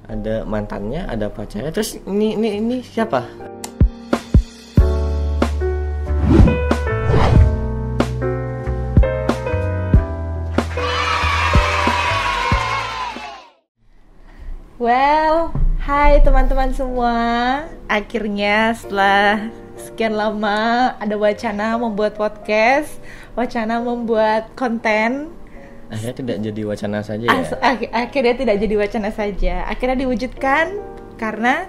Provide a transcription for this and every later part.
ada mantannya, ada pacarnya. Terus ini siapa? Well, hai teman-teman semua. Akhirnya setelah sekian lama ada wacana membuat podcast, wacana membuat konten. Akhirnya tidak jadi wacana saja ya. Akhirnya tidak jadi wacana saja. Akhirnya diwujudkan karena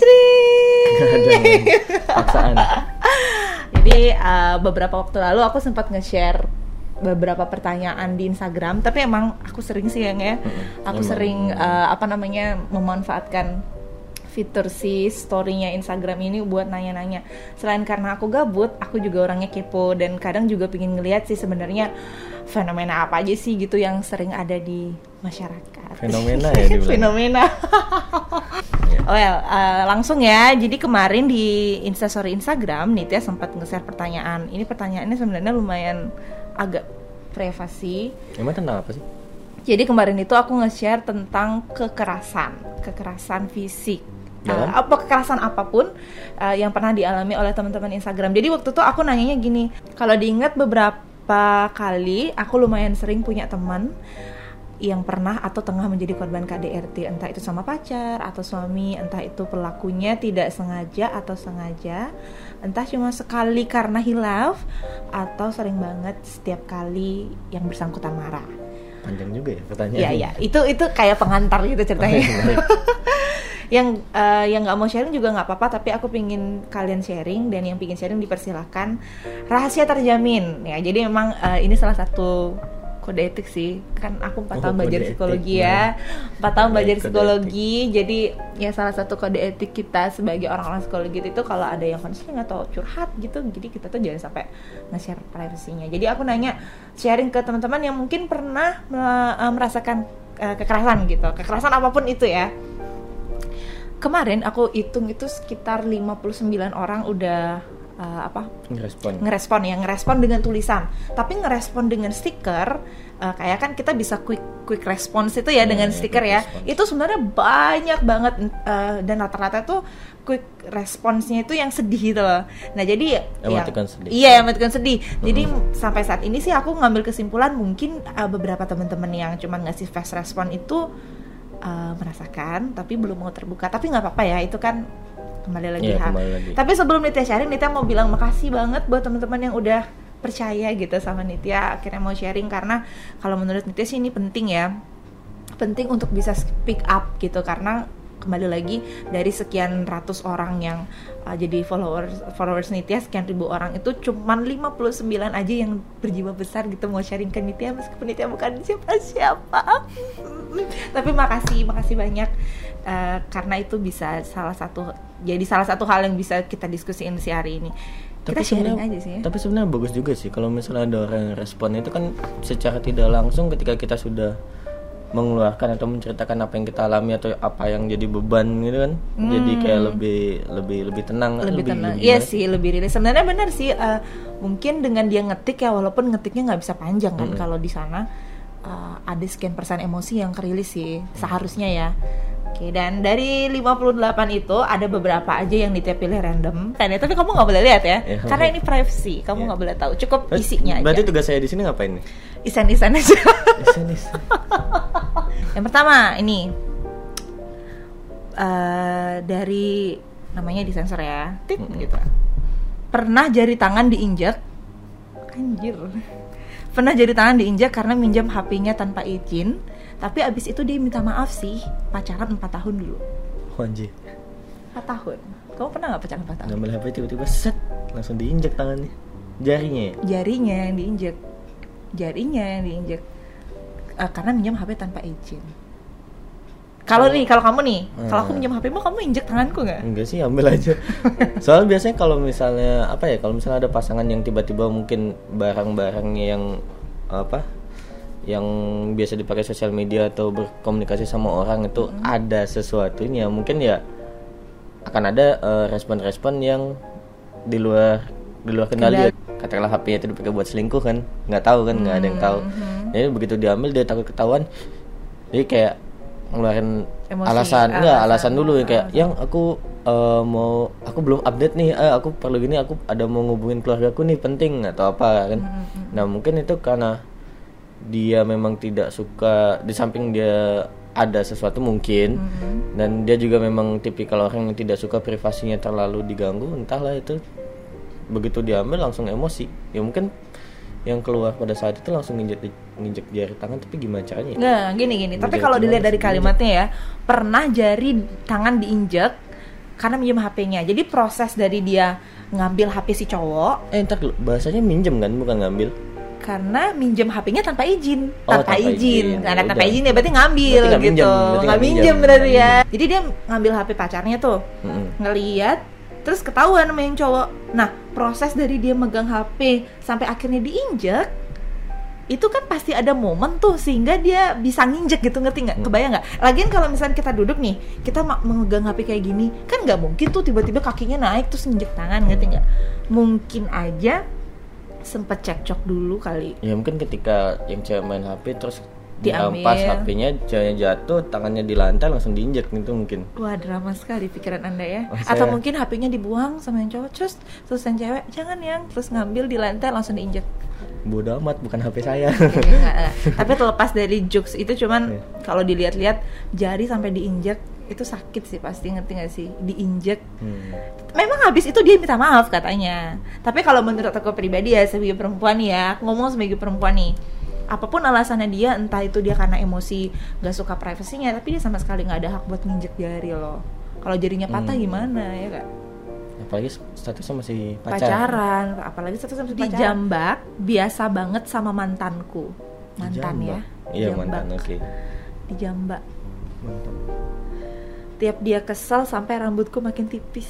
paksaan. Jadi beberapa waktu lalu aku sempat nge-share beberapa pertanyaan di Instagram, tapi emang aku sering sih ya, aku sering memanfaatkan fitur si story-nya Instagram ini buat nanya-nanya. Selain karena aku gabut, aku juga orangnya kepo dan kadang juga pengen ngeliat sih sebenarnya fenomena apa aja sih gitu yang sering ada di masyarakat. Fenomena ya dibilang. Fenomena. Well, langsung ya. Jadi kemarin di Instastory Instagram Nitya sempat nge-share pertanyaan. Ini pertanyaannya sebenarnya lumayan agak privasi. Emang tentang apa sih? Jadi kemarin itu aku nge-share tentang kekerasan fisik. Kekerasan apapun yang pernah dialami oleh teman-teman Instagram. Jadi waktu itu aku nanyanya gini, kalau diingat beberapa kali aku lumayan sering punya teman yang pernah atau tengah menjadi korban KDRT, entah itu sama pacar atau suami, entah itu pelakunya tidak sengaja atau sengaja, entah cuma sekali karena hilaf, atau sering banget setiap kali yang bersangkutan marah. Panjang juga ya pertanyaannya. Iya, itu kayak pengantar gitu ceritanya. Yang nggak mau sharing juga nggak apa-apa, tapi aku pingin kalian sharing, dan yang pingin sharing dipersilahkan. Rahasia terjamin ya. Jadi memang ini salah satu kode etik sih, kan aku 4 tahun belajar psikologi ya, 4 tahun belajar psikologi, jadi ya salah satu kode etik kita sebagai orang-orang psikologi itu kalau ada yang konseling atau curhat gitu, jadi kita tuh jangan sampai nge-share privasinya. Jadi aku nanya, sharing ke teman-teman yang mungkin pernah merasakan kekerasan gitu, kekerasan apapun itu ya. Kemarin aku hitung itu sekitar 59 orang udah ngerespon dengan tulisan, tapi ngerespon dengan stiker. Kayak kan kita bisa quick response itu ya, dengan stiker ya, itu sebenarnya banyak banget, dan rata-rata tuh quick response-nya itu yang sedih gitu loh. Nah jadi emoticon sedih. Jadi sampai saat ini sih aku ngambil kesimpulan mungkin beberapa teman-teman yang cuman ngasih fast respon itu merasakan tapi belum mau terbuka. Tapi nggak apa-apa ya, itu kan kembali lagi. Tapi sebelum Nitya sharing, Nitya mau bilang makasih banget buat teman-teman yang udah percaya gitu sama Nitya, akhirnya mau sharing, karena kalau menurut Nitya sih ini penting ya, penting untuk bisa speak up gitu, karena kembali lagi dari sekian ratus orang yang jadi followers Nitya, sekian ribu orang itu cuman 59 aja yang berjiwa besar gitu mau sharing ke Nitya, meskipun Nitya bukan siapa-siapa. Tapi makasih banyak, karena itu bisa salah satu hal yang bisa kita diskusiin si hari ini. Kita sharing aja sih ya. Tapi sebenarnya bagus juga sih kalau misalnya ada orang yang respon, itu kan secara tidak langsung ketika kita sudah mengeluarkan atau menceritakan apa yang kita alami atau apa yang jadi beban gitu kan, jadi kayak lebih tenang, lebih tenang. Iya sih, lebih rilis. Sebenarnya benar sih, mungkin dengan dia ngetik ya, walaupun ngetiknya nggak bisa panjang kan, kalau di sana ada sekian persen emosi yang kerilis sih seharusnya ya. Oke, dan dari 58 itu ada beberapa aja yang Nitya pilih random. Tapi kamu nggak boleh lihat ya, karena ini privacy, kamu nggak boleh tahu. Cukup isinya aja. Berarti tugas saya di sini ngapain nih? Isan aja. Yang pertama ini dari namanya disensor ya, gitu. Pernah jari tangan diinjak, anjir. Pernah jari tangan diinjak karena minjam HP-nya tanpa izin. Tapi abis itu dia minta maaf sih. Pacaran 4 tahun dulu. Anjir, 4 tahun. Kamu pernah gak pacaran 4 tahun? Ngambil HP tiba-tiba set, langsung diinjek tangannya. Jarinya yang diinjek. Karena minjam HP tanpa izin. Kalau kamu nih, kalau aku minjam HP-mu, kamu injek tanganku nggak? Enggak sih, ambil aja. Soalnya biasanya kalau misalnya kalau misalnya ada pasangan yang tiba-tiba mungkin barang-barangnya yang biasa dipakai sosial media atau berkomunikasi sama orang itu ada sesuatu ini ya, mungkin ya akan ada respon-respon yang di luar kendali. Katakanlah HP-nya itu dipakai buat selingkuh kan, nggak tahu kan, nggak ada yang tahu. Jadi begitu diambil dia takut ketahuan, jadi kayak ngeluarin alasan dulu yang kayak yang aku aku belum update nih, aku perlu gini, aku ada mau ngubungin keluargaku nih penting atau apa kan. Nah mungkin itu karena dia memang tidak suka, di samping dia ada sesuatu mungkin dan dia juga memang tipikal orang yang tidak suka privasinya terlalu diganggu, entahlah itu begitu diambil langsung emosi ya, mungkin yang keluar pada saat itu langsung nginjek jari tangan, tapi gimana caranya? Nggak, gini. Tapi kalau dilihat dari kalimatnya ya, pernah jari tangan diinjek karena minjem HP-nya. Jadi proses dari dia ngambil HP si cowok. Entar bahasanya minjem kan, bukan ngambil. Karena minjem HP-nya tanpa izin. Tanpa izin. Nah, tanpa izin ya berarti ngambil berarti gitu. Nggak minjem berarti ya. Jadi dia ngambil HP pacarnya tuh, ngeliat. Terus ketahuan sama yang cowok. Nah, proses dari dia megang HP sampai akhirnya diinjek, itu kan pasti ada momen tuh sehingga dia bisa nginjek gitu, ngerti nggak? Kebayang nggak? Lagian kalau misalnya kita duduk nih, kita memegang HP kayak gini, kan nggak mungkin tuh tiba-tiba kakinya naik terus nginjek tangan, ngerti nggak? Mungkin aja sempet cekcok dulu kali. Ya mungkin ketika yang cewek main HP terus diambil, pas HP-nya jatuh, tangannya di lantai langsung diinjek gitu mungkin. Wah, drama sekali pikiran Anda ya. Atau mungkin HP-nya dibuang sama yang cowok, terus yang cewek jangan yang, terus ngambil di lantai langsung diinjek. Bodoh amat, bukan HP saya. Tapi terlepas dari jokes itu, cuman kalau dilihat-lihat jari sampai diinjek itu sakit sih pasti, ngerti nggak sih? Diinjek. Memang habis itu dia minta maaf katanya. Tapi kalau menurut aku pribadi ya, sebagai perempuan ya, aku ngomong sebagai perempuan nih, apapun alasannya dia, entah itu dia karena emosi gak suka privasinya, tapi dia sama sekali gak ada hak buat nginjek jari loh. Kalau jarinya patah gimana ya kak? Apalagi statusnya masih pacaran. Apalagi statusnya masih pacaran. Di Jambak biasa banget sama mantanku. Mantan ya. Iya mantan, oke. Di Jambak. Mantap. Tiap dia kesel sampai rambutku makin tipis.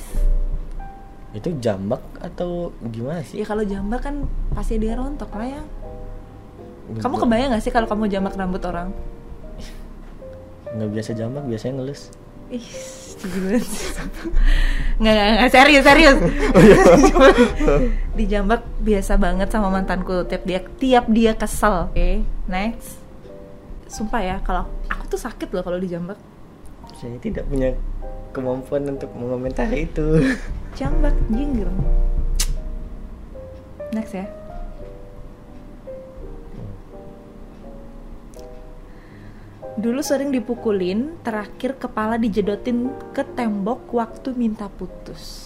Itu Jambak atau gimana sih? Ya kalau Jambak kan pasti dia rontok lah ya. Kamu kebayang gak sih kalau kamu jambak rambut orang? Nggak biasa jambak, biasanya ngelus. Ih, nggak serius. Di jambak biasa banget sama mantanku, tiap dia kesel. Oke, next. Sumpah ya, kalau aku tuh sakit loh kalau di jambak. Saya tidak punya kemampuan untuk mengomentari itu. Jambak, jinggir. Next ya. Dulu sering dipukulin, terakhir kepala dijedotin ke tembok waktu minta putus.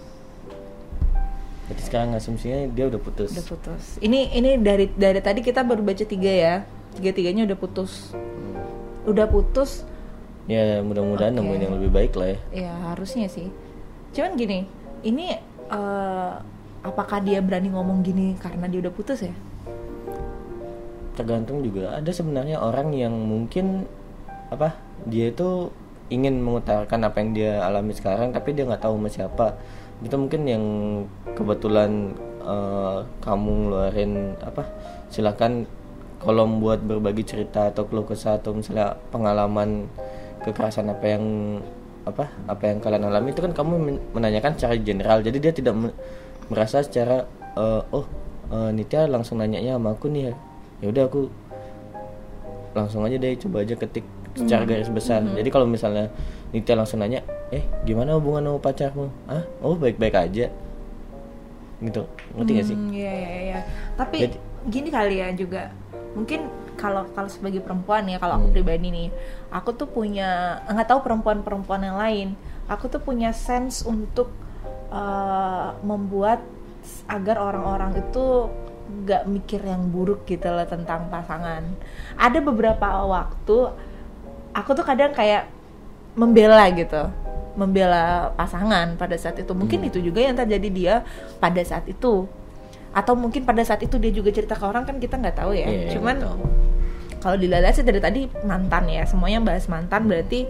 Jadi sekarang asumsinya dia udah putus. Udah putus. Ini dari tadi kita baru baca 3 ya. 3-3-nya udah putus. Udah putus. Ya mudah-mudahan nemuin yang lebih baik lah ya. Ya harusnya sih. Cuman gini, ini apakah dia berani ngomong gini karena dia udah putus ya? Tergantung juga. Ada sebenarnya orang yang mungkin dia itu ingin mengutarakan apa yang dia alami sekarang, tapi dia nggak tahu sama siapa. Itu mungkin yang kebetulan kamu ngeluarin silakan kolom buat berbagi cerita atau keluh kesah atau misalnya pengalaman kekerasan apa yang kalian alami, itu kan kamu menanyakan secara general. Jadi dia tidak merasa secara Nitya langsung nanyanya sama aku nih ya udah aku langsung aja deh, coba aja ketik secara garis besar. Jadi kalau misalnya Nitya langsung nanya, gimana hubungan sama pacarmu? Baik-baik aja gitu, ngerti gak sih? Iya. Tapi gini kali ya juga, mungkin kalau sebagai perempuan ya, kalau aku pribadi nih, aku tuh punya, nggak tahu perempuan yang lain, aku tuh punya sense untuk membuat agar orang-orang itu gak mikir yang buruk gitu loh tentang pasangan. Ada beberapa waktu aku tuh kadang kayak membela pasangan pada saat itu. Mungkin itu juga yang terjadi dia pada saat itu, atau mungkin pada saat itu dia juga cerita ke orang, kan kita nggak tahu ya. Cuman kalau dilihat sih dari tadi mantan ya, semuanya bahas mantan, berarti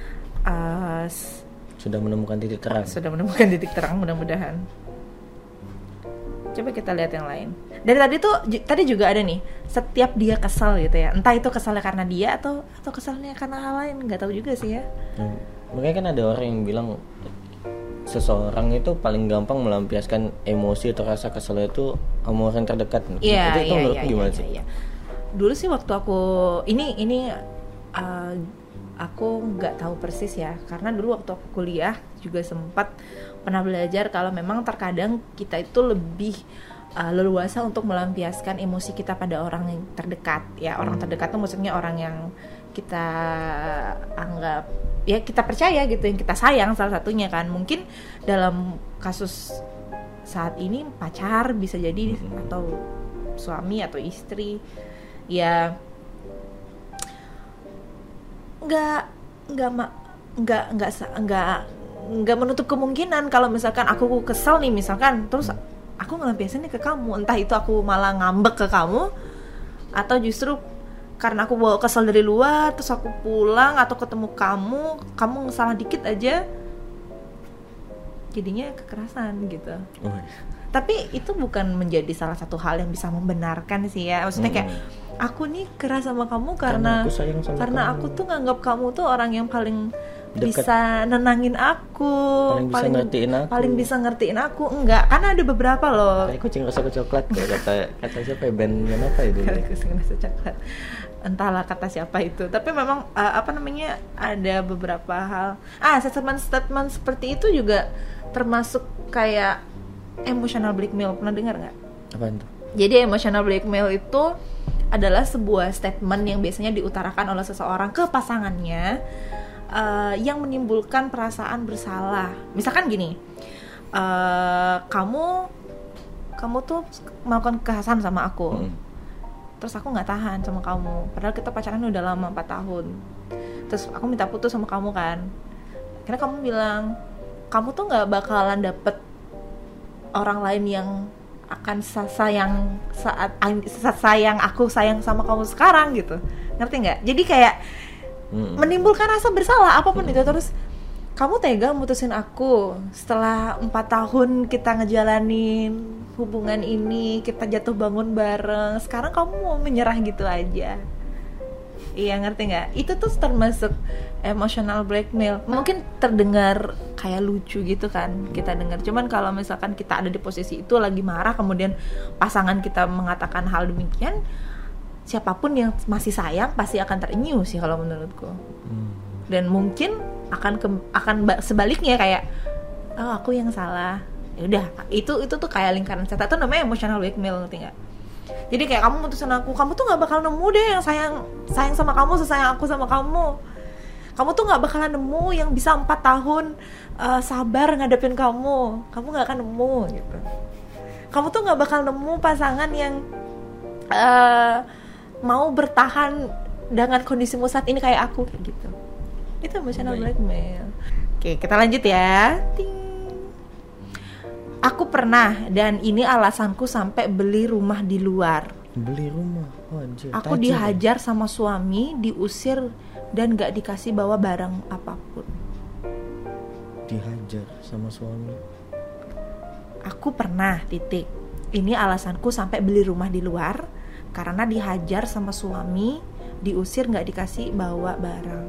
sudah menemukan titik terang. Mudah-mudahan. Coba kita lihat yang lain. Dari tadi juga ada nih, setiap dia kesal gitu ya, entah itu kesalnya karena dia atau kesalnya karena hal lain, nggak tahu juga sih ya. Makanya kan ada orang yang bilang seseorang itu paling gampang melampiaskan emosi atau rasa kesalnya itu sama orang terdekat. Itu menurutku gimana sih? Dulu sih waktu aku ini aku nggak tahu persis ya, karena dulu waktu aku kuliah juga sempat pernah belajar kalau memang terkadang kita itu lebih leluasa untuk melampiaskan emosi kita pada orang yang terdekat ya. Orang terdekat tuh maksudnya orang yang kita anggap ya kita percaya gitu, yang kita sayang salah satunya kan. Mungkin dalam kasus saat ini pacar bisa jadi, atau suami atau istri ya. Nggak menutup kemungkinan kalau misalkan aku kesel nih misalkan, terus aku ngelampiasinnya ke kamu, entah itu aku malah ngambek ke kamu, atau justru karena aku bawa kesel dari luar, terus aku pulang atau ketemu kamu salah dikit aja jadinya kekerasan gitu. Tapi itu bukan menjadi salah satu hal yang bisa membenarkan sih ya. Maksudnya kayak aku nih keras sama kamu karena aku tuh nganggap kamu tuh orang yang paling deket, bisa nenangin aku, paling bisa ngertiin aku. Enggak, karena ada beberapa loh. Kayak kucing rasa coklat kayak kata siapa ya, band apa itu? Kucing rasa coklat. Entahlah kata siapa itu. Tapi memang ada beberapa hal. Statement seperti itu juga termasuk kayak emotional blackmail. Pernah dengar nggak? Apaan tuh? Jadi emotional blackmail itu adalah sebuah statement yang biasanya diutarakan oleh seseorang ke pasangannya, yang menimbulkan perasaan bersalah. Misalkan gini, kamu tuh melakukan kekerasan sama aku, terus aku nggak tahan sama kamu, padahal kita pacaran udah lama 4 tahun. Terus aku minta putus sama kamu kan, karena kamu bilang kamu tuh nggak bakalan dapet orang lain yang akan sayang saat aku sayang sama kamu sekarang gitu. Ngerti nggak? Jadi kayak menimbulkan rasa bersalah apapun itu. Terus kamu tega mutusin aku setelah 4 tahun kita ngejalanin hubungan ini, kita jatuh bangun bareng, sekarang kamu mau menyerah gitu aja. Iya, ngerti nggak? Itu tuh termasuk emotional blackmail. Mungkin terdengar kayak lucu gitu kan kita dengar. Cuman kalau misalkan kita ada di posisi itu lagi marah, kemudian pasangan kita mengatakan hal demikian, siapapun yang masih sayang pasti akan terenyuh sih kalau menurutku. Dan mungkin akan sebaliknya kayak, oh aku yang salah. Ya udah, itu tuh kayak lingkaran setan. Itu namanya emotional blackmail, ngerti nggak? Jadi kayak kamu mutusin aku, kamu tuh nggak bakal nemu deh yang sayang sama kamu sesayang aku sama kamu. Kamu tuh nggak bakalan nemu yang bisa 4 tahun sabar ngadepin kamu nggak akan nemu gitu. Kamu tuh nggak bakal nemu pasangan yang mau bertahan dengan kondisimu saat ini kayak aku kayak gitu. Itu emotional blackmail. Oke, kita lanjut ya. Ting. Aku pernah, dan ini alasanku sampai beli rumah di luar. Beli rumah? Oh, anjir. Aku dihajar sama suami, diusir, dan gak dikasih bawa barang apapun. Dihajar sama suami? Aku pernah, titik. Ini alasanku sampai beli rumah di luar, karena dihajar sama suami, diusir gak dikasih bawa barang.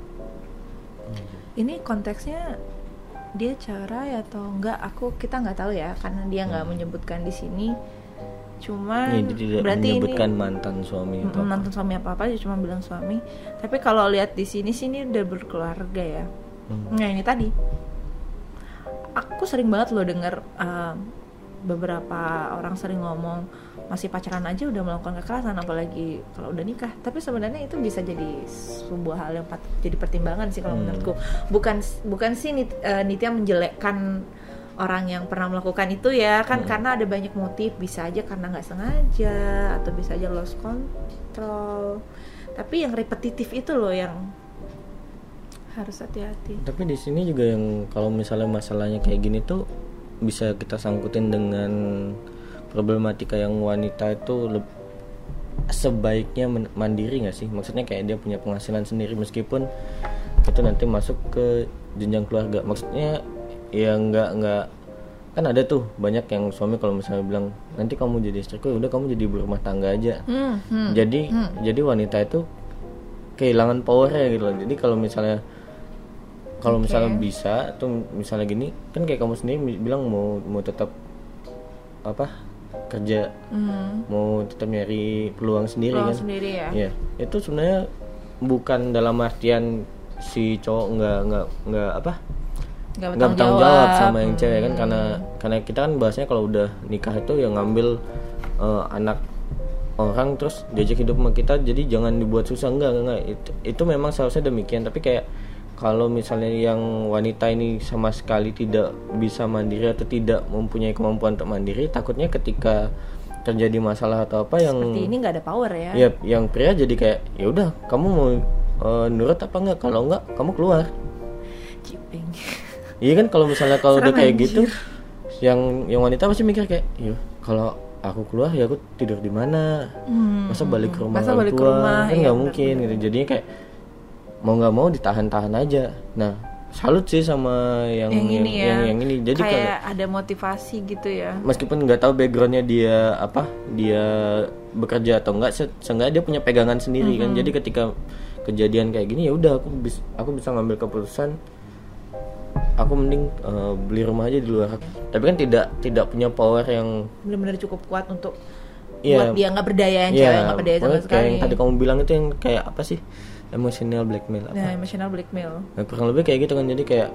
Ini konteksnya dia cerai atau enggak, kita nggak tahu ya, karena dia nggak menyebutkan di sini. Cuma berarti menyebutkan ini mantan suami apa dia cuma bilang suami. Tapi kalau lihat di sini udah berkeluarga ya. Nah ini tadi aku sering banget loh dengar beberapa orang sering ngomong masih pacaran aja udah melakukan kekerasan, apalagi kalau udah nikah. Tapi sebenarnya itu bisa jadi sebuah hal yang jadi pertimbangan sih kalau menurutku. Bukan sih Nitya menjelekkan orang yang pernah melakukan itu ya kan, karena ada banyak motif, bisa aja karena nggak sengaja atau bisa aja lost control. Tapi yang repetitif itu loh yang harus hati-hati. Tapi di sini juga yang kalau misalnya masalahnya kayak gini tuh bisa kita sangkutin dengan problematika yang wanita itu sebaiknya mandiri nggak sih? Maksudnya kayak dia punya penghasilan sendiri meskipun itu nanti masuk ke jenjang keluarga. Maksudnya ya nggak kan ada tuh banyak yang suami kalau misalnya bilang nanti kamu jadi istriku, udah kamu jadi berumah tangga aja. Jadi wanita itu kehilangan powernya gitu loh. Jadi kalau misalnya bisa tuh misalnya gini kan kayak kamu sendiri bilang mau tetap kerja, mau tetap nyari peluang sendiri kan. Sendiri ya. Iya. Itu sebenarnya bukan dalam artian si cowok nggak bertanggung jawab sama yang cewek kan, karena kita kan bahasanya kalau udah nikah itu yang ngambil anak orang terus diajak hidup sama kita, jadi jangan dibuat susah. Enggak itu memang seharusnya demikian, tapi kayak kalau misalnya yang wanita ini sama sekali tidak bisa mandiri atau tidak mempunyai kemampuan untuk mandiri, takutnya ketika terjadi masalah atau apa yang seperti ini nggak ada power ya. Iya, yang pria jadi kayak ya udah kamu mau nurut apa enggak, kalau enggak kamu keluar. Ciping. Iya kan, kalau misalnya kalau udah kayak gitu, yang wanita pasti mikir kayak, iya kalau aku keluar ya aku tidur di mana, masa balik ke rumah orang tua kan nggak mungkin gitu. Jadinya kayak mau nggak mau ditahan aja. Nah, salut sih sama yang ini. Jadi kayak ada motivasi gitu ya. Meskipun nggak tahu backgroundnya dia bekerja atau enggak, seenggaknya dia punya pegangan sendiri kan. Jadi ketika kejadian kayak gini ya udah aku bisa ngambil keputusan. Aku mending beli rumah aja di luar. Tapi kan tidak punya power yang benar-benar cukup kuat untuk buat dia nggak berdaya, yang cewek nggak berdaya sama sekali. Kayak yang tadi kamu bilang itu yang kayak apa sih? Emotional blackmail apa? Nah, emotional blackmail. Nah, kurang lebih kayak gitu kan. Jadi kayak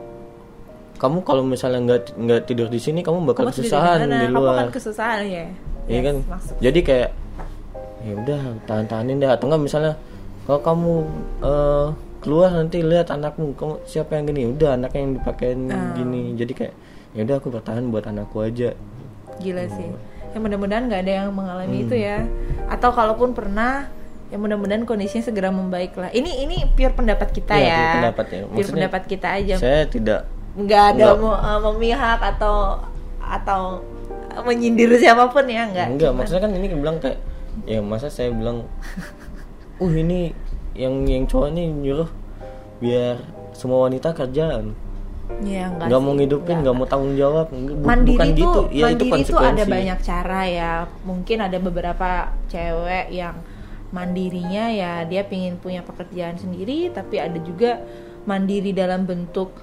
kamu kalau misalnya nggak tidur di sini, kamu bakal kesusahan di luar. Kamu akan kesusahan ya. Iya kan. Jadi kayak ya udah tahanin deh. Atau enggak misalnya kalau kamu keluar nanti lihat anakmu, kamu siapa yang gini? Udah anaknya yang dipakein gini. Jadi kayak ya udah aku bertahan buat anakku aja. Gila sih. Ya mudah-mudahan nggak ada yang mengalami itu ya. Atau kalaupun pernah, ya mudah-mudahan kondisinya segera membaik lah. Ini pure pendapat kita ya. Pure pendapat ya. Pure pendapat kita aja. Saya tidak nggak ada memihak atau menyindir siapapun ya, enggak. Maksudnya kan ini bilang kayak ya masa saya bilang ini yang cowok ini nyuruh biar semua wanita kerjaan. Ya, nggak mau ngidupin, nggak mau tanggung jawab. Mandiri bukan itu, gitu. Ya, mandiri itu itu ada banyak cara ya. Mungkin ada beberapa cewek yang mandirinya ya dia pingin punya pekerjaan sendiri, tapi ada juga mandiri dalam bentuk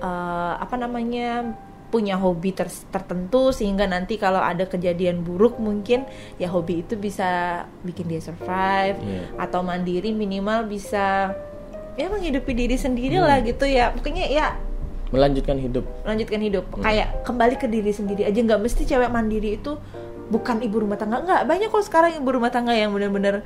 punya hobi tertentu, sehingga nanti kalau ada kejadian buruk mungkin ya hobi itu bisa bikin dia survive. Atau mandiri minimal bisa ya menghidupi diri sendiri lah gitu ya, pokoknya ya melanjutkan hidup. Kayak kembali ke diri sendiri aja. Nggak mesti cewek mandiri itu bukan ibu rumah tangga, nggak. Banyak kok sekarang ibu rumah tangga yang benar-benar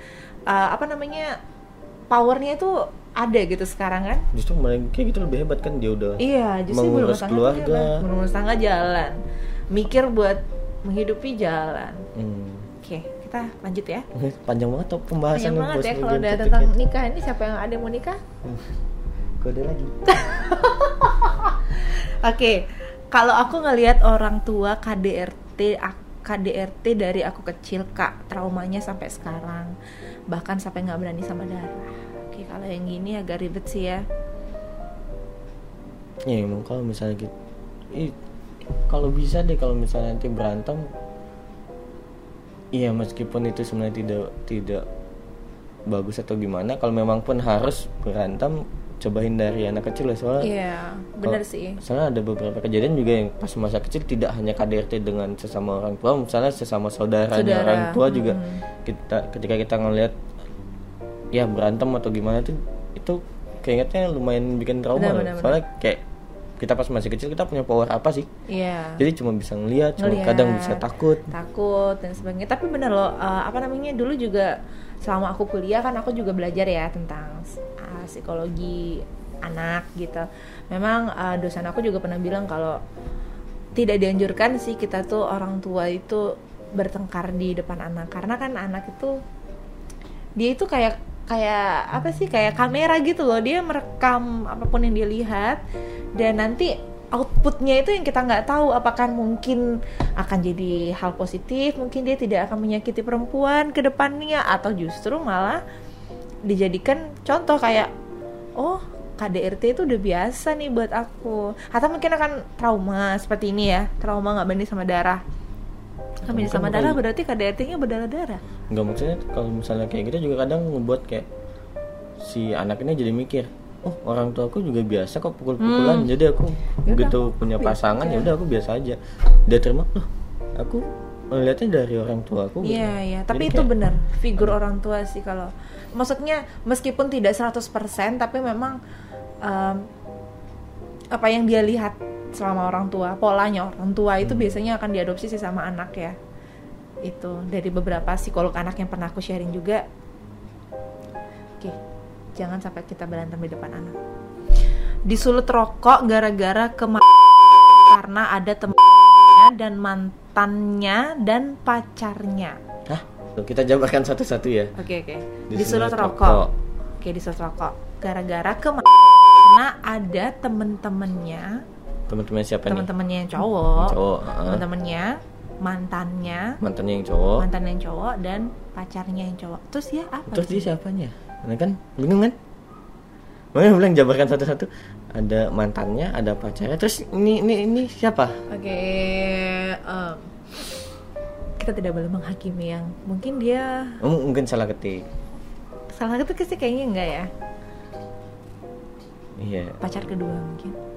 powernya itu ada gitu sekarang kan. Justru malah kayak gitu lebih hebat kan, dia udah justru mengurus keluarga, mengurus tangga jalan, mikir buat menghidupi jalan. Oke, kita lanjut ya. Panjang banget tuh pembahasan ya kalau udah tentang nikah. Ini siapa yang ada mau nikah? Kode lagi. Oke, kalau aku ngelihat orang tua KDRT dari aku kecil, Kak, traumanya sampai sekarang, bahkan sampai nggak berani sama darah. Oke, kalau yang gini agak ribet sih ya. Ya emang kalau misalnya gitu, kalau bisa deh kalau misalnya nanti berantem, iya meskipun itu sebenarnya tidak bagus atau gimana, kalau memang pun harus berantem, coba hindari anak kecil ya, soalnya benar sih. Soalnya ada beberapa kejadian juga yang pas masa kecil tidak hanya KDRT dengan sesama orang tua, misalnya sesama saudaranya orang tua juga. Ketika kita ngelihat ya berantem atau gimana itu kayaknya lumayan bikin trauma. Benar. Soalnya kayak kita pas masih kecil kita punya power apa sih? Jadi cuma bisa ngelihat, kadang bisa takut dan sebagainya. Tapi benar loh, dulu juga selama aku kuliah kan aku juga belajar ya tentang psikologi anak gitu. Memang dosen aku juga pernah bilang kalau tidak dianjurkan sih kita tuh orang tua itu bertengkar di depan anak, karena kan anak itu dia itu kayak kamera gitu loh, dia merekam apapun yang dia lihat, dan nanti outputnya itu yang kita nggak tahu, apakah mungkin akan jadi hal positif, mungkin dia tidak akan menyakiti perempuan ke depannya, atau justru malah dijadikan contoh kayak KDRT itu udah biasa nih buat aku, atau mungkin akan trauma seperti ini ya, trauma nggak berani sama darah. Berani sama darah berarti KDRT-nya berdarah-darah. Enggak, maksudnya kalau misalnya kayak gitu juga kadang ngebuat kayak si anak ini jadi mikir, orang tua aku juga biasa kok pukul-pukulan, jadi aku begitu punya pasangan ya udah aku biasa aja. Dia terima, aku melihatnya dari orang tua aku. Iya, tapi itu benar figur orang tua sih. Kalau maksudnya meskipun tidak 100%, tapi memang apa yang dia lihat selama orang tua, polanya orang tua itu biasanya akan diadopsi sih sama anak ya. Itu dari beberapa psikolog anak yang pernah aku sharing juga. Oke, jangan sampai kita berantem di depan anak. Disulut rokok gara-gara karena ada temannya dan mantannya dan pacarnya. Hah? Kita jabarkan satu-satu ya. Oke. Disulut rokok. Oke, disulut rokok gara-gara karena ada temen-temennya siapa nih? Temen-temennya yang cowok. Temen-temennya, mantannya yang cowok dan pacarnya yang cowok. Terus dia apa? Terus dia siapanya? Nah kan bingung kan? Makanya bilang jabarkan satu-satu. Ada mantannya, ada pacarnya. Terus ini siapa? Oke, kita tidak boleh menghakimi yang mungkin dia mungkin salah ketik. Salah ketik sih kayaknya enggak ya. Iya. Pacar kedua mungkin.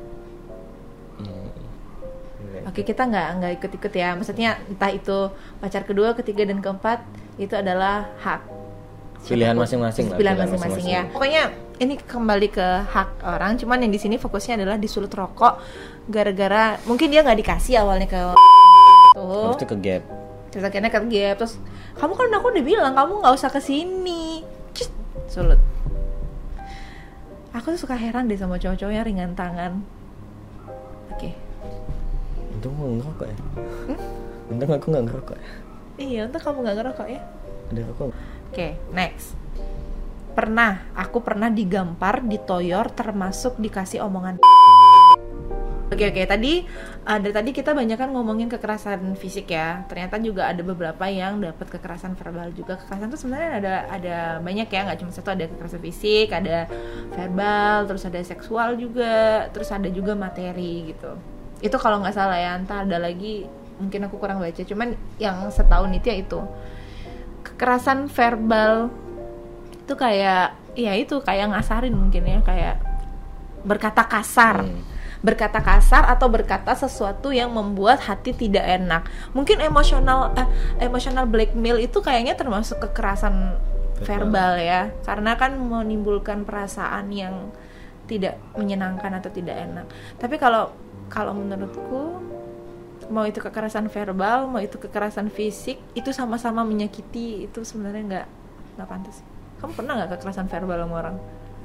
Oke, kita nggak ikut-ikut ya. Maksudnya entah itu pacar kedua, ketiga dan keempat itu adalah hak pilihan masing-masing ya. Pokoknya ini kembali ke hak orang. Cuman yang di sini fokusnya adalah disulut rokok gara-gara mungkin dia nggak dikasih awalnya ke tuh. Terus ke gap. Terus akhirnya ke gap. Terus kamu kan aku udah bilang kamu nggak usah kesini. Sulut. Aku tuh suka heran deh sama cowok-cowok yang ringan tangan. Oke. Untung aku nggak ngerokok ya. Untung aku nggak ngerokok ya. Iya, untung kamu nggak ngerokok ya. Ada rokok. Oke, next. Aku pernah digampar, ditoyor, termasuk dikasih omongan. Oke, tadi dari tadi kita banyak kan ngomongin kekerasan fisik ya. Ternyata juga ada beberapa yang dapat kekerasan verbal juga. Kekerasan itu sebenarnya ada banyak ya, nggak cuma satu. Ada kekerasan fisik, ada verbal, terus ada seksual juga, terus ada juga materi gitu. Itu kalau nggak salah ya. Entah ada lagi, mungkin aku kurang baca. Cuman yang setahu Nitya itu kekerasan verbal itu kayak ngasarin mungkin ya, kayak berkata kasar. Berkata kasar atau berkata sesuatu yang membuat hati tidak enak. Mungkin emotional blackmail itu kayaknya termasuk kekerasan verbal ya, karena kan menimbulkan perasaan yang tidak menyenangkan atau tidak enak. Tapi kalau menurutku, mau itu kekerasan verbal, mau itu kekerasan fisik, itu sama-sama menyakiti. Itu sebenarnya nggak pantas. Kamu pernah nggak kekerasan verbal sama orang?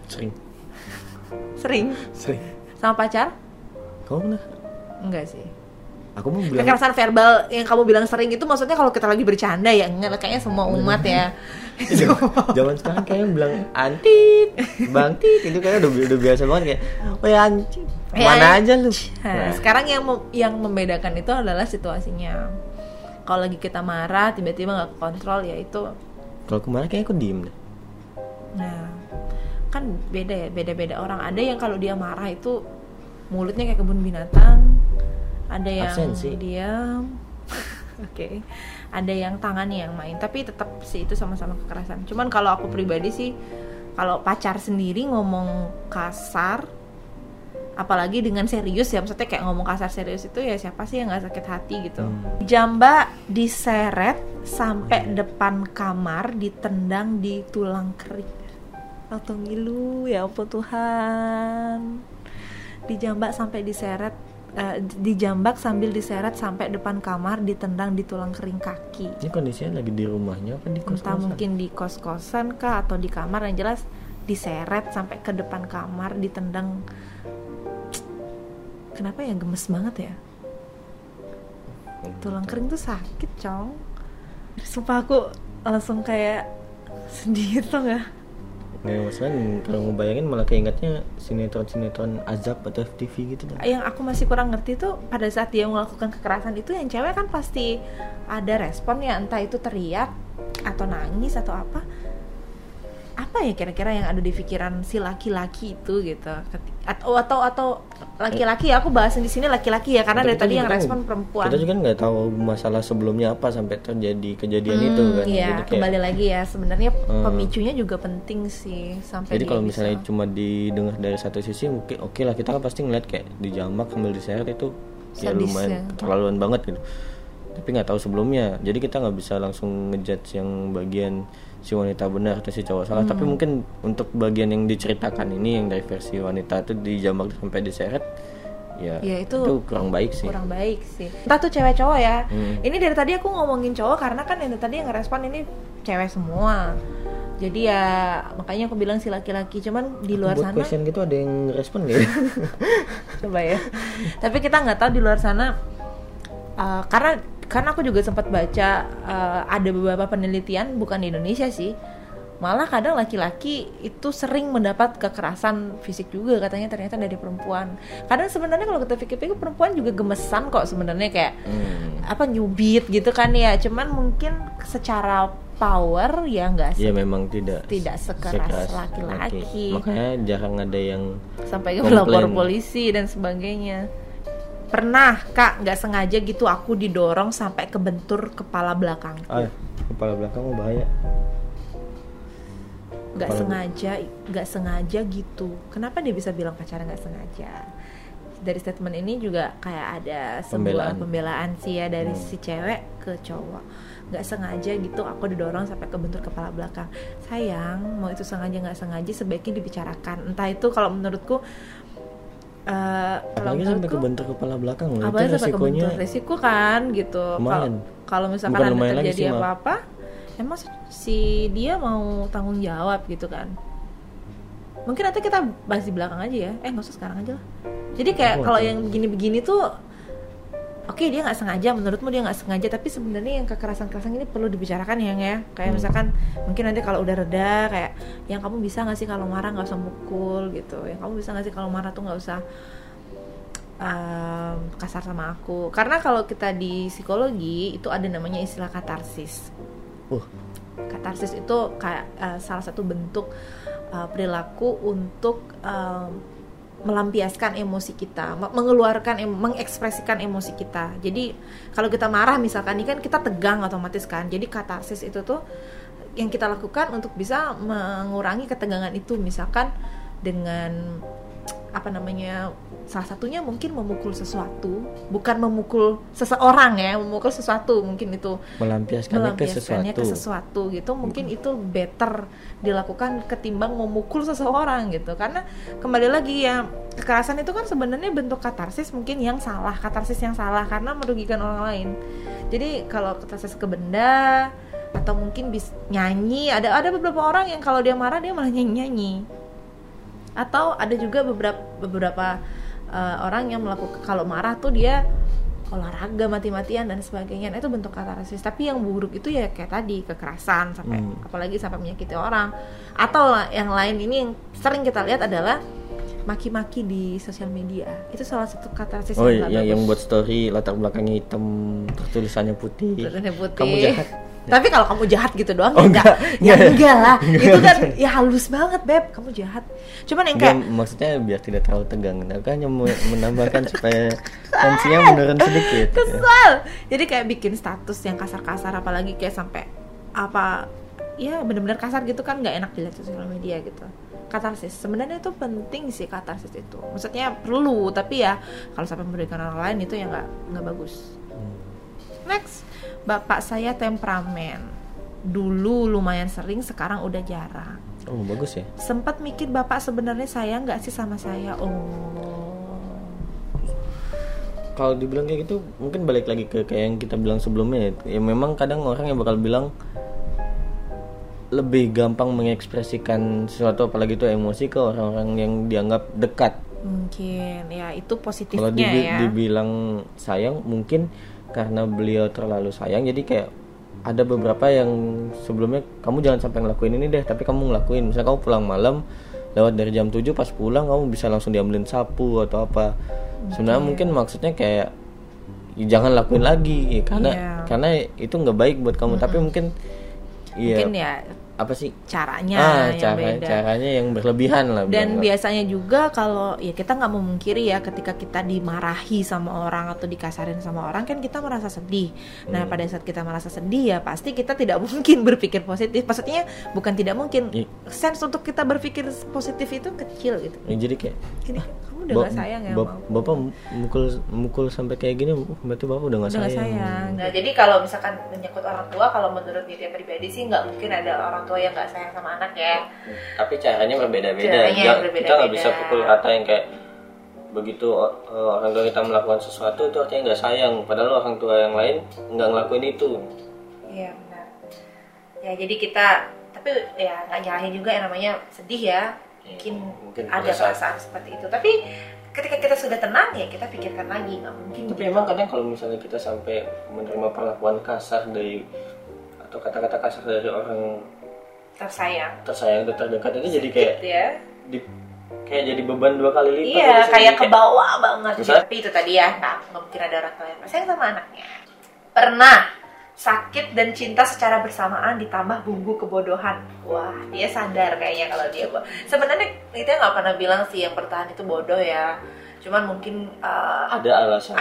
Sering. Sama pacar? Kamu pernah? Enggak sih. Aku mau bilang kekerasan verbal yang kamu bilang sering itu maksudnya kalau kita lagi bercanda ya, enggak, kayaknya semua umat ya. Zaman sekarang kayaknya bilang antit, bangtit, itu kayaknya udah biasa banget kayak, "Woi anjing, mana aja lu." Nah, sekarang yang membedakan itu adalah situasinya. Kalau lagi kita marah tiba-tiba nggak kontrol ya itu. Kalau aku marah kayaknya aku diem deh. Nah, kan beda orang. Ada yang kalau dia marah itu mulutnya kayak kebun binatang, ada yang diam. Oke. Ada yang tangannya yang main, tapi tetap sih itu sama-sama kekerasan. Cuman kalau aku pribadi sih, kalau pacar sendiri ngomong kasar, apalagi dengan serius ya, maksudnya kayak ngomong kasar serius itu ya siapa sih yang nggak sakit hati gitu. Jamba diseret sampai depan kamar, ditendang di tulang kering. Atau ngilu, ya ampun Tuhan. Dijambak sambil diseret sampai depan kamar, ditendang di tulang kering kaki. Ini kondisinya lagi di rumahnya apa di kos-kosan? Entah mungkin di kos-kosan kah atau di kamar, yang jelas diseret sampai ke depan kamar, ditendang. Kenapa ya gemes banget ya? Tulang kering tuh sakit, Cong. Sumpah aku langsung kayak sedih tuh gak? Nggak, maksudnya kalau mau bayangin malah keingetnya sinetron azab atau FTV gitu kan. Yang aku masih kurang ngerti tuh pada saat dia melakukan kekerasan itu, yang cewek kan pasti ada respon ya, entah itu teriak atau nangis atau apa ya kira-kira yang ada di pikiran si laki-laki itu gitu. Atau laki-laki ya, aku bahasin di sini laki-laki ya, karena dari tadi yang respon perempuan. Kita juga nggak tahu masalah sebelumnya apa sampai terjadi kejadian itu kan. Iya, jadi kembali lagi ya, sebenarnya pemicunya juga penting sih sampai. Jadi kalau misalnya cuma didengar dari satu sisi mungkin oke lah, kita kan pasti ngeliat kayak dijambak sambil diseret itu ya lumayan keterlaluan banget gitu. tapi nggak tahu sebelumnya, jadi kita nggak bisa langsung ngejudge yang bagian si wanita benar atau si cowok salah. Tapi mungkin untuk bagian yang diceritakan ini, yang dari versi wanita itu dijambak sampai diseret, ya itu kurang baik sih. Entah tuh cewek cowok ya. Ini dari tadi aku ngomongin cowok karena kan yang tadi yang ngerespon ini cewek semua. Jadi ya makanya aku bilang si laki-laki, cuman di luar sana question gitu ada yang respon nggak ya? Coba ya. Tapi kita nggak tahu di luar sana, karena aku juga sempat baca ada beberapa penelitian, bukan di Indonesia sih, malah kadang laki-laki itu sering mendapat kekerasan fisik juga katanya ternyata dari perempuan. Kadang sebenarnya kalau kita pikir-pikir perempuan juga gemesan kok sebenarnya, kayak nyubit gitu kan ya, cuman mungkin secara power ya nggak memang tidak sekeras laki-laki. Makanya jarang ada yang sampai melapor polisi dan sebagainya. Pernah Kak nggak sengaja gitu aku didorong sampai kebentur kepala belakang. Kepala belakang bahaya. Nggak sengaja gitu. Kenapa dia bisa bilang pacarnya nggak sengaja? Dari statement ini juga kayak ada sebuah pembelaan sih ya dari si cewek ke cowok. Nggak sengaja gitu aku didorong sampai kebentur kepala belakang. Sayang, mau itu sengaja nggak sengaja sebaiknya dibicarakan. Entah itu kalau menurutku apalagi sampai kebentur kepala belakang loh, itu resiko kan gitu. Kalau misalkan ada terjadi apa-apa, emang si dia mau tanggung jawab gitu kan. Mungkin nanti kita bahas di belakang aja ya. Nggak usah sekarang aja lah. Jadi kayak kalau yang begini-begini tuh oke, dia nggak sengaja, menurutmu dia nggak sengaja, tapi sebenarnya yang kekerasan-kekerasan ini perlu dibicarakan ya. Kayak misalkan mungkin nanti kalau udah reda, kayak yang kamu bisa nggak sih kalau marah nggak usah mukul gitu, yang kamu bisa nggak sih kalau marah tuh nggak usah kasar sama aku. Karena kalau kita di psikologi itu ada namanya istilah katarsis. Katarsis itu kayak salah satu bentuk perilaku untuk melampiaskan emosi kita, mengeluarkan, mengekspresikan emosi kita. Jadi kalau kita marah misalkan, ini kan kita tegang otomatis kan. Jadi katarsis itu tuh yang kita lakukan untuk bisa mengurangi ketegangan itu, misalkan dengan salah satunya mungkin memukul sesuatu, bukan memukul seseorang ya, memukul sesuatu, mungkin itu melampiaskannya ke sesuatu gitu. Mungkin itu better dilakukan ketimbang memukul seseorang gitu. Karena kembali lagi ya, kekerasan itu kan sebenarnya bentuk katarsis mungkin yang salah, karena merugikan orang lain. Jadi kalau katarsis ke benda atau mungkin nyanyi, ada beberapa orang yang kalau dia marah dia malah nyanyi. Atau ada juga beberapa orang yang melakukan kalau marah tuh dia olahraga mati-matian dan sebagainya. Itu bentuk katarsis. Tapi yang buruk itu ya kayak tadi, kekerasan sampai apalagi sampai menyakiti orang. Atau yang lain ini yang sering kita lihat adalah maki-maki di sosial media. Itu salah satu katarsis yang buat story latar belakangnya hitam, tulisannya putih. Kamu jahat. Tapi kalau kamu jahat gitu doang enggak lah. Itu kan ya halus banget, Beb. Kamu jahat. Cuman yang kayak maksudnya biar tidak terlalu tegang. Aku hanya menambahkan supaya tensinya menurun sedikit. Kesal. Jadi kayak bikin status yang kasar-kasar, apalagi kayak sampai benar-benar kasar gitu kan, enggak enak dilihat di sosial media gitu. Katarsis sebenarnya itu penting sih, katarsis itu. Maksudnya perlu, tapi ya kalau sampai memberikan orang lain itu ya enggak bagus. Next. Bapak saya temperamen. Dulu lumayan sering, sekarang udah jarang. Oh, bagus ya. Sempat mikir bapak sebenarnya sayang nggak sih sama saya? Kalau dibilang kayak gitu, mungkin balik lagi ke kayak yang kita bilang sebelumnya. Ya memang kadang orang yang bakal bilang lebih gampang mengekspresikan sesuatu, apalagi itu emosi, ke orang-orang yang dianggap dekat. Mungkin ya itu positifnya. Kalau dibilang sayang, mungkin karena beliau terlalu sayang, jadi kayak ada beberapa yang sebelumnya kamu jangan sampai ngelakuin ini deh, tapi kamu ngelakuin. Misalnya kamu pulang malam lewat dari jam 7, pas pulang kamu bisa langsung diambilin sapu atau apa. Sebenarnya mungkin maksudnya kayak jangan lakuin lagi karena itu nggak baik buat kamu. Tapi mungkin ya apa sih caranya yang berlebihan lah. Dan biasanya juga kalau ya kita nggak memungkiri ya, ketika kita dimarahi sama orang atau dikasarin sama orang kan kita merasa sedih. Nah pada saat kita merasa sedih ya pasti kita tidak mungkin berpikir positif. Maksudnya bukan tidak mungkin, sense untuk kita berpikir positif itu kecil gitu. Jadi kayak kamu udah nggak sayang ya bapak mukul sampai kayak gini, berarti bapak udah nggak sayang. Nah jadi kalau misalkan menyangkut orang tua, kalau menurut Nitya pribadi sih nggak mungkin ada orang tua yang nggak sayang sama anak ya. Tapi caranya berbeda-beda. Kita nggak bisa pukul rata yang kayak begitu orang tua kita melakukan sesuatu itu artinya nggak sayang, padahal orang tua yang lain nggak ngelakuin itu. Iya benar. Ya jadi kita, tapi ya nggak nyalahin juga yang namanya sedih ya. Mungkin ada perasaan seperti itu, tapi ketika kita sudah tenang ya kita pikirkan lagi, nggak mungkin. Tapi emang kadang kalau misalnya kita sampai menerima perlakuan kasar dari atau kata-kata kasar dari orang tersayang atau terdekat itu jadi kayak ya? Kayak jadi beban 2 kali lipat. Iya, kayak ke bawah banget. Tapi itu tadi ya, nggak mungkin ada orang tua yang sayang sama anaknya. Pernah sakit dan cinta secara bersamaan ditambah bumbu kebodohan. Wah, dia sadar kayaknya kalau dia sebenarnya kita nggak pernah bilang sih yang bertahan itu bodoh ya. Cuman mungkin ada alasan.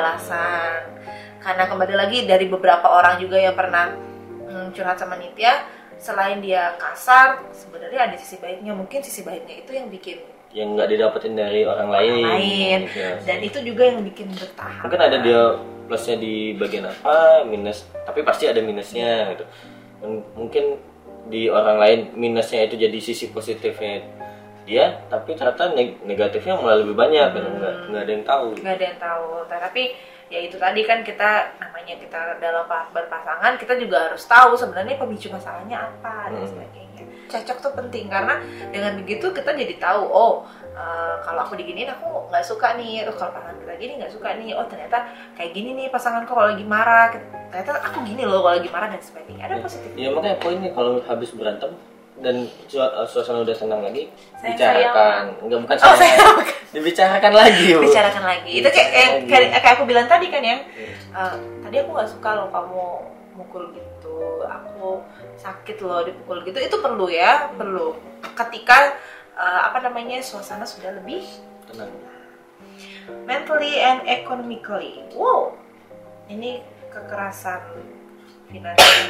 Karena kembali lagi dari beberapa orang juga yang pernah curhat sama Nitya, selain dia kasar, sebenarnya ada sisi baiknya. Mungkin sisi baiknya itu yang nggak didapetin dari orang lain. Gitu. Dan itu juga yang bikin bertahan. Mungkin ada dia plusnya di bagian apa, minus, tapi pasti ada minusnya gitu. Mungkin di orang lain minusnya itu jadi sisi positifnya dia, tapi ternyata negatifnya malah lebih banyak. Nggak ada yang tahu. Tapi ya itu tadi kan kita dalam berpasangan kita juga harus tahu sebenarnya pemicu masalahnya apa dan sebagainya. Cocok tuh penting karena dengan begitu kita jadi tahu kalau aku diginiin aku nggak suka nih, kalau pasangan kita gini nggak suka nih, ternyata kayak gini nih pasanganku kalau lagi marah, ternyata aku gini loh kalau lagi marah dan sebagainya. Ada positif. Ya makanya poinnya kalau habis berantem dan suasana udah tenang lagi, bicarakan. Enggak, bukan dibicarakan lagi. Bicarakan lagi. Itu kayak aku bilang tadi kan ya. Tadi aku nggak suka loh kamu mukul gitu. Aku sakit loh dipukul gitu. Itu perlu ya, perlu. Ketika suasana sudah lebih tenang. Mentally and economically. Wow. Ini kekerasan finansial.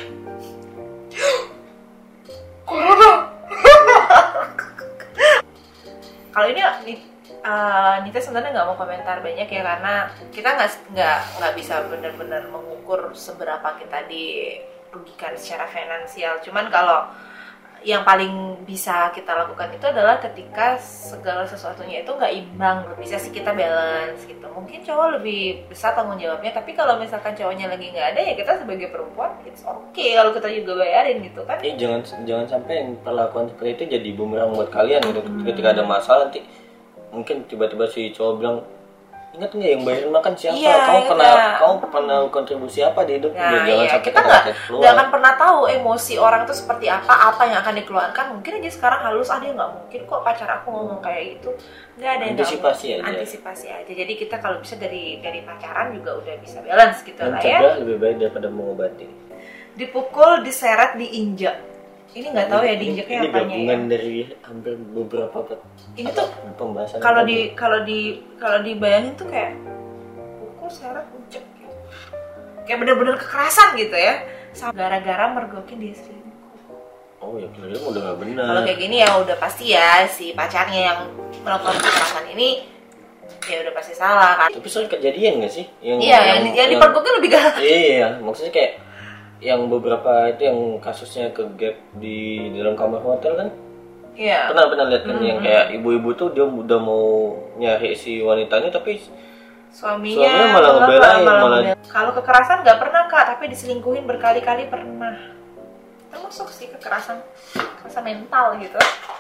Kalau ini Nita sebenarnya nggak mau komentar banyak ya, karena kita nggak bisa benar-benar mengukur seberapa kita dirugikan secara finansial. Cuman kalau yang paling bisa kita lakukan itu adalah ketika segala sesuatunya itu nggak imbang, bisa sih kita balance gitu. Mungkin cowok lebih besar tanggung jawabnya, tapi kalau misalkan cowoknya lagi nggak ada ya kita sebagai perempuan it's okay kalau kita juga bayarin gitu kan. Jangan sampai yang perlakuan seperti itu jadi bumerang buat kalian gitu. Ketika ada masalah nanti mungkin tiba-tiba si cowok bilang, ingat nggak yang bayarin makan siapa? Kamu pernah kontribusi apa di hidup? Jangan sampai kita nggak akan pernah tahu emosi orang itu seperti apa yang akan dikeluarkan. Mungkin aja sekarang halus, dia nggak mungkin kok pacar aku ngomong kayak itu. Nggak ada yang antisipasi aja. Jadi kita kalau bisa dari pacaran juga udah bisa balance gitu lah ya. Mencegah lebih baik daripada mengobati. Dipukul, diseret, diinjak. Ini nggak tahu ya diinjaknya apanya ya. Ini gabungan dari hampir beberapa ini tuh pembahasan. Kalau dibayangin tuh kayak pukul, seret, injek gitu. Kayak bener-bener kekerasan gitu ya. Gara-gara mergokin dia selingkuh. Oh ya, kira-kira udah nggak benar. Kalau kayak gini ya udah pasti ya si pacarnya yang melakukan kekerasan ini ya udah pasti salah kan. Tapi soal kejadian nggak sih? Yang dipergokin lebih galak. Iya, maksudnya kayak yang beberapa itu yang kasusnya ke gap di dalam kamar hotel kan? Iya. Pernah lihat kan yang kayak ibu-ibu tuh dia udah mau nyari si wanitanya tapi suaminya malah ngebelain. Kalau kekerasan nggak pernah Kak, tapi diselingkuhin berkali-kali pernah. Termasuk sih kekerasan mental gitu.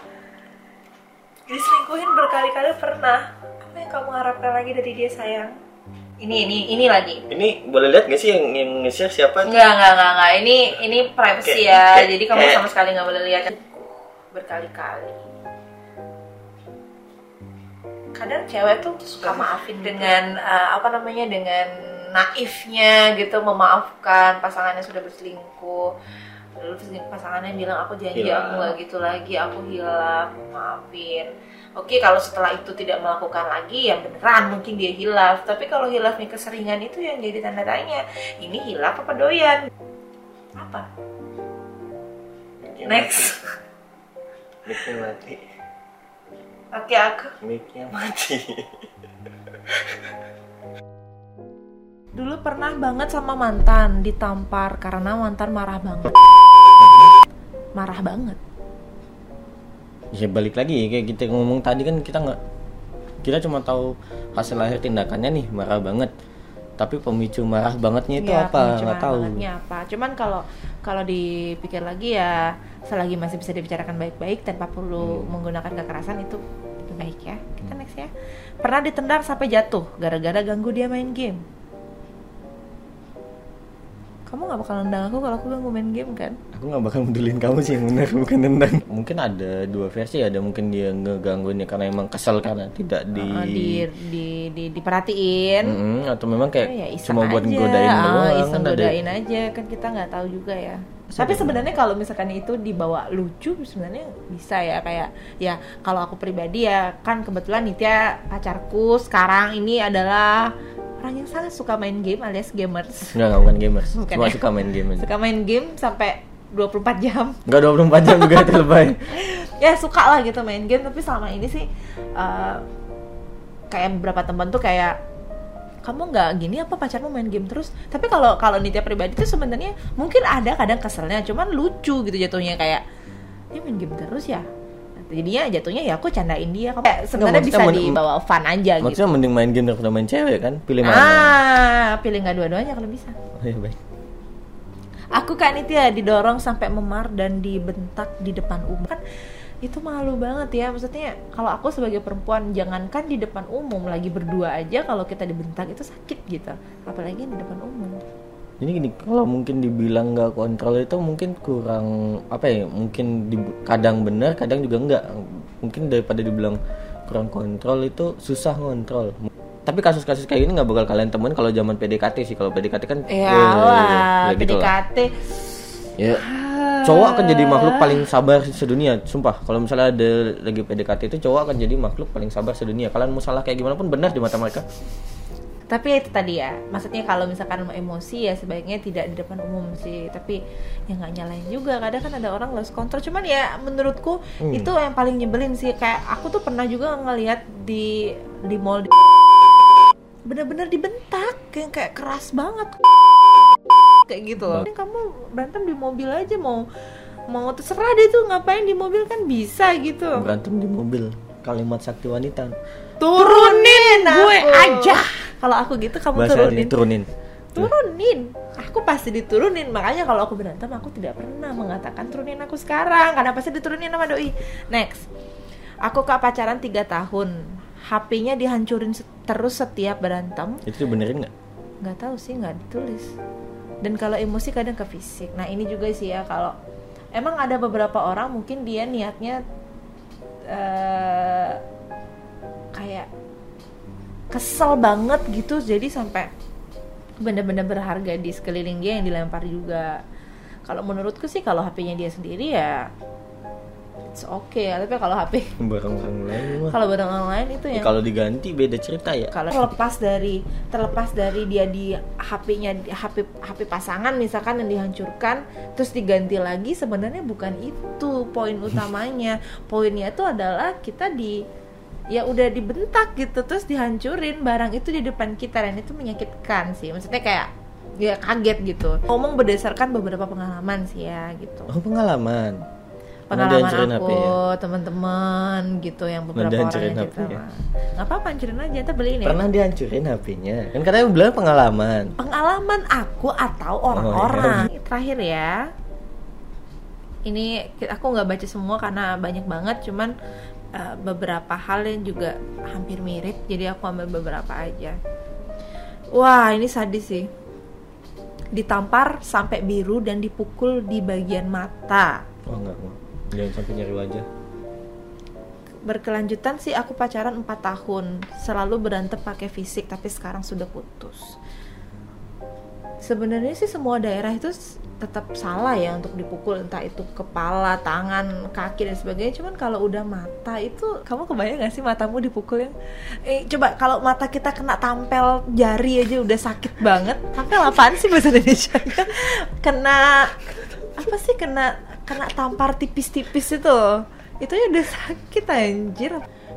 Diselingkuhin berkali-kali pernah. Apa yang kamu harapkan lagi dari dia sayang? Ini lagi. Ini boleh lihat nggak sih yang nge-share siapa? Enggak. Ini privacy ya. Jadi kamu sama sekali nggak boleh lihat berkali-kali. Kadang cewek tuh suka maafin dengan dengan naifnya gitu, memaafkan pasangannya sudah berselingkuh. Lalu pasangannya bilang aku janji aku nggak gitu lagi, aku hilaf, maafin. Oke, kalau setelah itu tidak melakukan lagi, ya beneran mungkin dia hilaf. Tapi kalau hilafnya keseringan itu yang jadi tanda tanya. Ini hilaf apa doyan? Apa? Next. Mati. Oke, aku. Mic-nya mati. Dulu pernah banget sama mantan ditampar karena mantan marah banget. Marah banget. Ya balik lagi kayak kita ngomong tadi kan kita cuma tahu hasil akhir tindakannya nih marah banget. Tapi pemicu marah bangetnya itu ya, apa? Nggak tahu. Apa? Cuman kalau dipikir lagi ya, selagi masih bisa dibicarakan baik-baik tanpa perlu menggunakan kekerasan itu lebih baik ya. Kita next ya. Pernah ditendang sampai jatuh gara-gara ganggu dia main game. Kamu gak bakal nendang aku kalau aku ganggu main game kan? Aku gak bakal pedulin kamu sih yang benar, bukan nendang. Mungkin ada dua versi, ada mungkin dia ngegangguinnya karena emang kesel karena tidak diperhatiin. Atau memang kayak ya, cuma buat aja. godain doang. Iseng godain aja, kan kita gak tahu juga ya. Tapi sebenarnya kalau misalkan itu dibawa lucu sebenarnya bisa ya, kayak ya kalau aku pribadi ya kan kebetulan Nitya pacarku sekarang ini adalah orang yang sangat suka main game alias gamers. Enggak, bukan gamers. Cuma suka main game aja. Suka main game sampai 24 jam. Enggak 24 jam juga itu lebay. Ya suka lah gitu main game, tapi selama ini sih kayak beberapa teman tuh kayak, kamu nggak gini apa pacarmu main game terus? Tapi kalau Nitya pribadi tuh sebenarnya mungkin ada kadang keselnya, cuman lucu gitu jatuhnya, kayak dia main game terus ya. Jadinya jatuhnya ya aku candain dia. Kayak sebenarnya bisa dibawa fun aja gitu. Maksudnya mending main game daripada main cewek kan? Pilih mana? Pilih nggak dua-duanya kalau bisa. Oh iya baik. Aku kan itu ya didorong sampai memar dan dibentak di depan umum. Kan itu malu banget ya. Maksudnya kalau aku sebagai perempuan, jangankan di depan umum, lagi berdua aja kalau kita dibentak itu sakit gitu. Apalagi di depan umum. Jadi gini, kalau mungkin dibilang nggak kontrol itu mungkin kurang apa ya? Mungkin kadang benar, kadang juga enggak. Mungkin daripada dibilang kurang kontrol itu susah ngontrol. Tapi kasus-kasus kayak gini nggak bakal kalian temuin kalau zaman PDKT sih. Kalau PDKT kan ya PDKT. Ya, cowok akan jadi makhluk paling sabar sedunia. Sumpah, kalau misalnya ada lagi PDKT itu cowok akan jadi makhluk paling sabar sedunia. Kalian mau salah kayak gimana pun benar di mata mereka. Tapi itu tadi ya, maksudnya kalau misalkan emosi ya sebaiknya tidak di depan umum sih. Tapi ya nggak nyalain juga, kadang kan ada orang lost control. Cuman ya menurutku itu yang paling nyebelin sih. Kayak aku tuh pernah juga ngelihat di mall bener-bener dibentak, kayak keras banget kayak gitu loh. Kamu berantem di mobil aja, mau terserah deh tuh, ngapain di mobil kan bisa gitu. Berantem di mobil, kalimat sakti wanita. Turunin gue aja. Kalau aku gitu kamu turunin. Aku pasti diturunin. Makanya kalau aku berantem aku tidak pernah mengatakan turunin aku sekarang, karena pasti diturunin sama doi. Next. Aku pacaran 3 tahun. HP-nya dihancurin terus setiap berantem. Itu benerin nggak? Nggak tahu sih, nggak ditulis. Dan kalau emosi kadang ke fisik. Nah ini juga sih ya, kalau emang ada beberapa orang mungkin dia niatnya kayak kesel banget gitu, jadi sampai benda-benda berharga di sekeliling dia yang dilempar juga. Kalau menurutku sih kalau HP-nya dia sendiri ya it's okay ya, tapi kalau HP barang orang lain, kalau barang orang lain itu yang kalau diganti beda cerita ya. Kalau terlepas dari dia di HP pasangan misalkan yang dihancurkan terus diganti lagi, sebenarnya bukan itu poin utamanya. Poinnya itu adalah kita ya udah dibentak gitu terus dihancurin barang itu di depan kita, dan itu menyakitkan sih. Maksudnya kayak ya kaget gitu. Ngomong berdasarkan beberapa pengalaman sih ya gitu. Oh, pengalaman aku ya? Teman-teman gitu yang beberapa orang yang cerita. Nggak apa-apa, hancurin aja, ntar beliin ya. Pernah dihancurin HP-nya? Kan katanya bilang pengalaman aku atau orang-orang. Terakhir ya, ini aku nggak baca semua karena banyak banget, cuman beberapa hal yang juga hampir mirip, jadi aku ambil beberapa aja. Wah, ini sadis sih. Ditampar sampai biru dan dipukul di bagian mata. Oh enggak, jangan sampai nyari wajah. Berkelanjutan sih, aku pacaran 4 tahun, selalu berantem pakai fisik, tapi sekarang sudah putus. Sebenarnya sih semua daerah itu tetap salah ya untuk dipukul, entah itu kepala, tangan, kaki dan sebagainya. Cuman kalau udah mata itu, kamu kebayang gak sih matamu dipukul yang coba kalau mata kita kena tampel jari aja udah sakit banget. Tampel apaan sih bahasa Indonesianya? Kena apa sih, kena tampar tipis-tipis itu ya udah sakit anjir.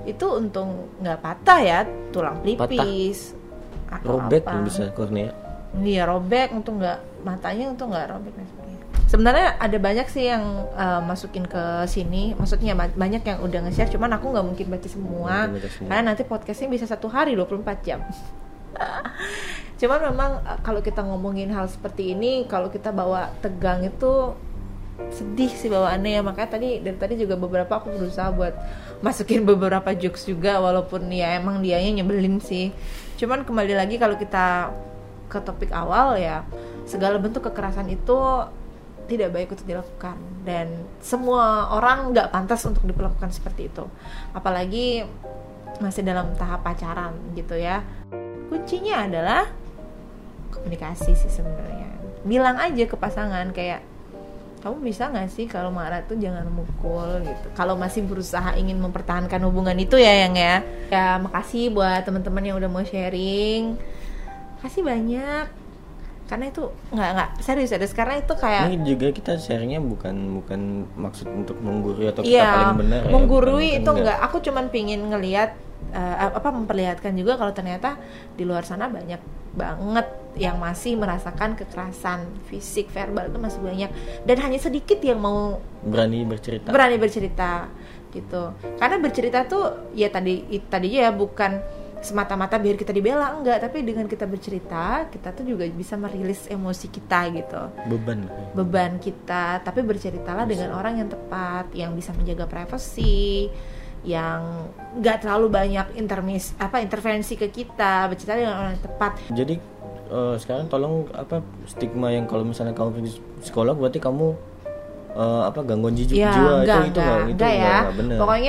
itu untung nggak patah ya, tulang pelipis atau robek bisa kornea. Iya robek, untung nggak, matanya untung nggak robek. Sebenarnya ada banyak sih yang masukin ke sini, maksudnya banyak yang udah nge-share, cuman aku nggak mungkin baca semua, karena nanti podcastnya bisa 1 hari 24 jam. Cuman memang kalau kita ngomongin hal seperti ini, kalau kita bawa tegang itu sedih sih bawaannya ya. Makanya dari tadi juga beberapa aku berusaha buat masukin beberapa jokes juga, walaupun ya emang dianya nyebelin sih. Cuman kembali lagi kalau kita ke topik awal ya, segala bentuk kekerasan itu tidak baik untuk dilakukan, dan semua orang nggak pantas untuk diperlakukan seperti itu, apalagi masih dalam tahap pacaran gitu ya. Kuncinya adalah komunikasi sih sebenarnya. Bilang aja ke pasangan kayak, kamu bisa nggak sih kalau marah tuh jangan mukul gitu. Kalau masih berusaha ingin mempertahankan hubungan itu ya, yang ya. Ya makasih buat teman-teman yang udah mau sharing. Makasih banyak. Karena itu nggak serius karena itu kayak ini juga kita sharingnya bukan maksud untuk menggurui atau kita paling benar ya. Menggurui itu enggak. Aku cuman pingin ngelihat memperlihatkan juga kalau ternyata di luar sana banyak banget yang masih merasakan kekerasan fisik, verbal itu masih banyak, dan hanya sedikit yang mau berani bercerita gitu. Karena bercerita tuh ya tadi ya bukan semata-mata biar kita dibela, enggak, tapi dengan kita bercerita kita tuh juga bisa merilis emosi kita gitu, beban kita, tapi berceritalah dengan orang yang tepat, yang bisa menjaga privasi, yang nggak terlalu banyak intervensi ke kita, bercerita dengan orang yang tepat. Jadi sekarang tolong stigma yang kalau misalnya kamu pergi psikolog berarti kamu gangguan jiwa, itu enggak benar. Pokoknya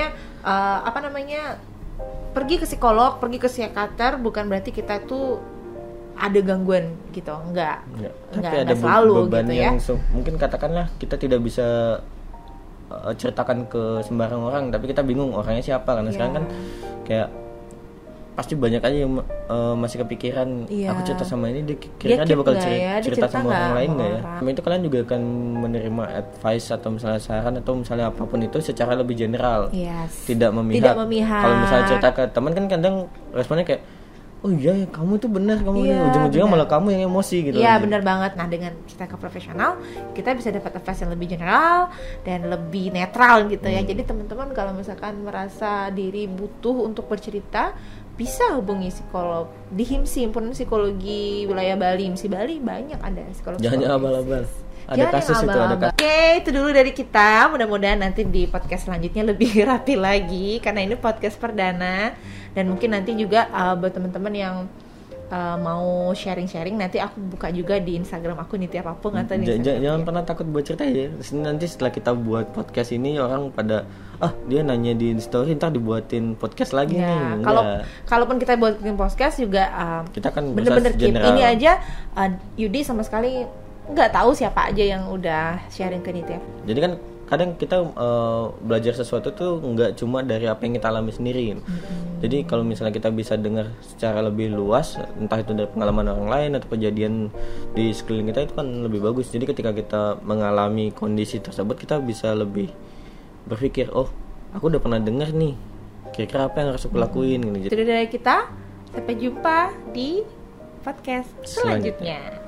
pergi ke psikolog, pergi ke psikiater bukan berarti kita tuh ada gangguan gitu, enggak ada selalu beban gitu yang ya. Mungkin katakanlah kita tidak bisa ceritakan ke sembarang orang, tapi kita bingung orangnya siapa, karena sekarang kan kayak pasti banyak aja yang masih kepikiran, aku cerita sama ini kira-kira dia bakal cerita sama orang lain nggak ya. Itu kalian juga akan menerima advice atau misalnya saran atau misalnya apapun itu secara lebih general, tidak memihak. Kalau misalnya cerita ke teman kan kadang responnya kayak, oh iya kamu tuh benar, ujung-ujungnya malah kamu yang emosi gitu. Iya benar banget. Nah dengan kita ke profesional kita bisa dapat advice yang lebih general dan lebih netral gitu ya. Jadi teman-teman kalau misalkan merasa diri butuh untuk bercerita, bisa hubungi psikolog di HIMSI, Himpunan Psikologi Wilayah Bali. HIMSI Bali banyak ada psikolog. Jangan abal-abal. Ada kasus itu, ada kasus. Oke, itu dulu dari kita. Mudah-mudahan nanti di podcast selanjutnya lebih rapi lagi, karena ini podcast perdana. Dan mungkin nanti juga buat teman-teman yang mau sharing-sharing, nanti aku buka juga di Instagram aku Nitya Papung atau di Instagram. Jangan pernah takut buat cerita ya. Nanti setelah kita buat podcast ini orang pada dia nanya di story, ntar dibuatin podcast lagi nih. Kalaupun kita buatin podcast juga kita kan bener-bener keep. Ini aja Yudi sama sekali nggak tahu siapa aja yang udah sharing ke Nitya. Jadi kan kadang kita belajar sesuatu tuh nggak cuma dari apa yang kita alami sendiri. Jadi kalau misalnya kita bisa dengar secara lebih luas, entah itu dari pengalaman orang lain atau kejadian di sekeliling kita, itu kan lebih bagus. Jadi ketika kita mengalami kondisi tersebut, kita bisa lebih berpikir, oh aku udah pernah dengar nih, kira-kira apa yang harus aku lakuin. Itu dari kita, sampai jumpa di podcast selanjutnya.